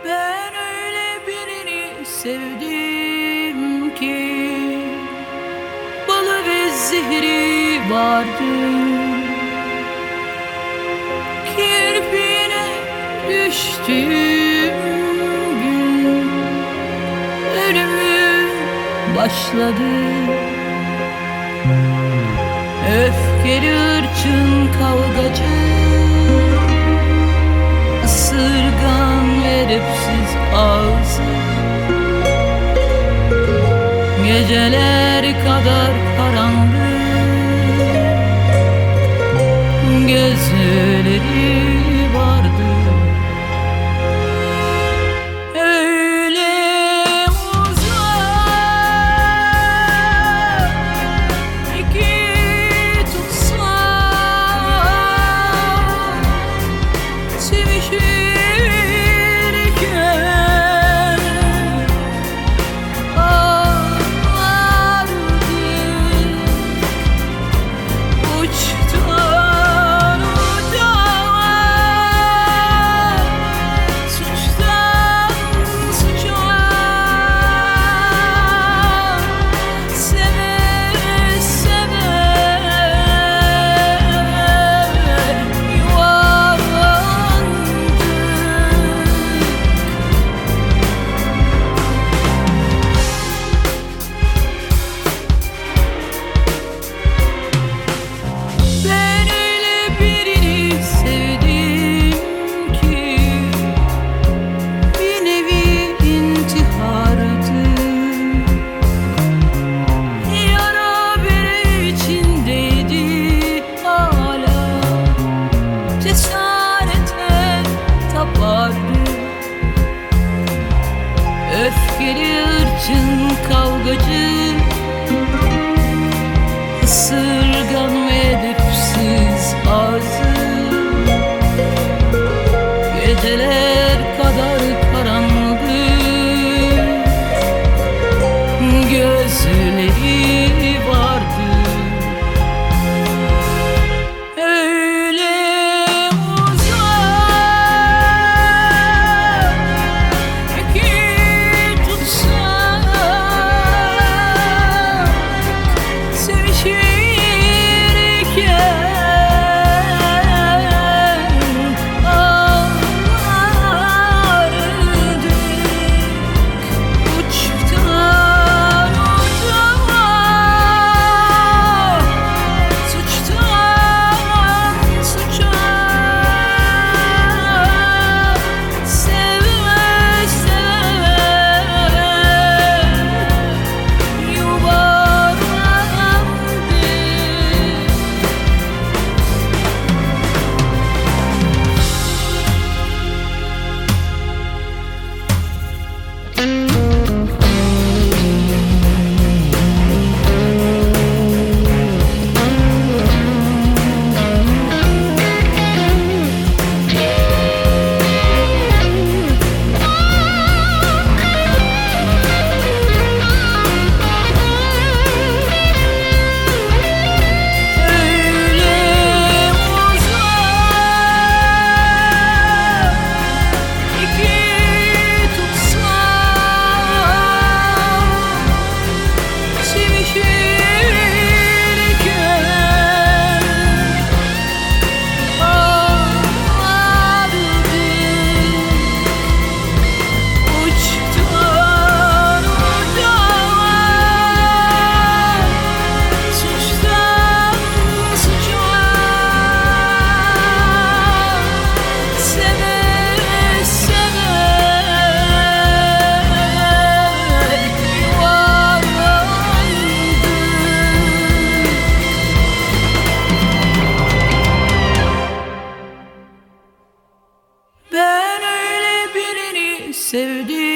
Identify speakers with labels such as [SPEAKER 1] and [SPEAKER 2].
[SPEAKER 1] Ben öyle birini sevdim ki balı ve zehri vardı. Kirpiğine düştüğüm gün ölümü başladı. Öfkeli hırçın kavgacı, ısırgan ve edepsiz ağzı, geceler kadar karanlık, gözleri vardı. Öyle uzak iki tutsak sevişirken ağlardık uçtan ucağa, suçtan suça, seve seve yuvarlandık. Ben öyle birini sevdim ki bir nevi intihardı. Yara bere içindeydi hala, cesarete tapardı. Öfkeli hırçın kavgacı, ısırgan ve edepsiz ağzı, geceler kadar karanlık, gözleri vardı. Öyle uzak ki tutsak sevişirken ağlardık uçtan ucağa, suçtan suça, seve seve yuvarlandık. Öyle uzak iki tutsak sevişirken ağlardık uçtan ucağa, suçtan suça, seve seve yuvarlandık. Ben öyle birini sevdim